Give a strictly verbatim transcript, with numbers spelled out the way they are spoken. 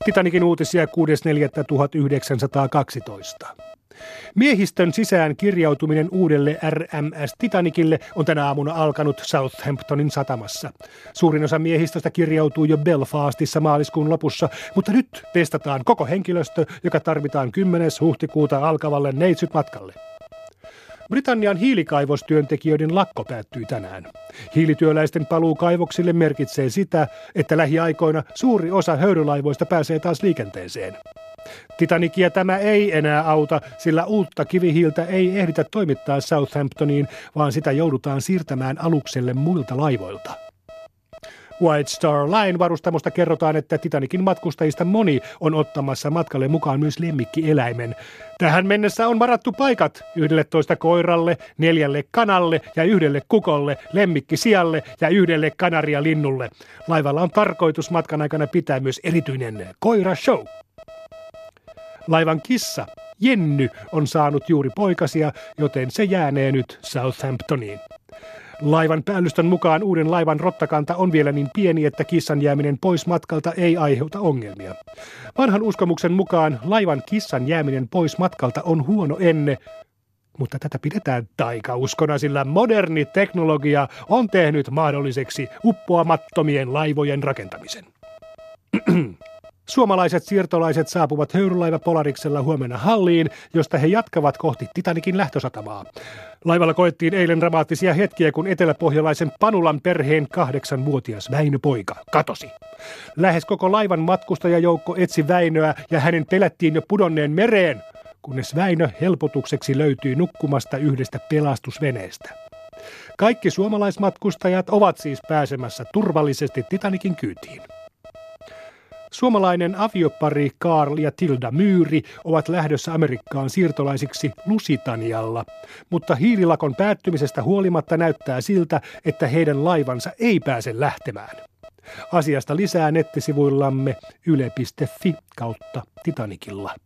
Titanicin uutisia kuudes neljättä tuhatyhdeksänsataakaksitoista. Miehistön sisään kirjautuminen uudelle R M S Titanicille on tänä aamuna alkanut Southamptonin satamassa. Suurin osa miehistöstä kirjautuu jo Belfastissa maaliskuun lopussa, mutta nyt testataan koko henkilöstö, joka tarvitaan kymmenes huhtikuuta alkavalle neitsytmatkalle. Britannian hiilikaivostyöntekijöiden lakko päättyi tänään. Hiilityöläisten paluu kaivoksille merkitsee sitä, että lähiaikoina suuri osa höyrylaivoista pääsee taas liikenteeseen. Titanicia tämä ei enää auta, sillä uutta kivihiiltä ei ehditä toimittaa Southamptoniin, vaan sitä joudutaan siirtämään alukselle muilta laivoilta. White Star Line-varustamosta kerrotaan, että Titanicin matkustajista moni on ottamassa matkalle mukaan myös lemmikkieläimen. Tähän mennessä on varattu paikat yhdelletoista koiralle, neljälle kanalle ja yhdelle kukolle, lemmikkisialle ja yhdelle kanarialinnulle. Laivalla on tarkoitus matkan aikana pitää myös erityinen koirashow. Laivan kissa, Jenny, on saanut juuri poikasia, joten se jäänee nyt Southamptoniin. Laivan päällystön mukaan uuden laivan rottakanta on vielä niin pieni, että kissan jääminen pois matkalta ei aiheuta ongelmia. Vanhan uskomuksen mukaan laivan kissan jääminen pois matkalta on huono enne, mutta tätä pidetään taikauskona, sillä moderni teknologia on tehnyt mahdolliseksi uppoamattomien laivojen rakentamisen. Suomalaiset siirtolaiset saapuvat höyrylaiva Polariksella huomenna Halliin, josta he jatkavat kohti Titanicin lähtösatamaa. Laivalla koettiin eilen dramaattisia hetkiä, kun eteläpohjalaisen Panulan perheen kahdeksanvuotias Väinö-poika katosi. Lähes koko laivan matkustajajoukko etsi Väinöä ja hänen pelättiin jo pudonneen mereen, kunnes Väinö helpotukseksi löytyi nukkumasta yhdestä pelastusveneestä. Kaikki suomalaismatkustajat ovat siis pääsemässä turvallisesti Titanicin kyytiin. Suomalainen aviopari Karl ja Tilda Myyri ovat lähdössä Amerikkaan siirtolaisiksi Lusitanialla, mutta hiililakon päättymisestä huolimatta näyttää siltä, että heidän laivansa ei pääse lähtemään. Asiasta lisää nettisivuillamme yle piste fi kautta Titanicilla.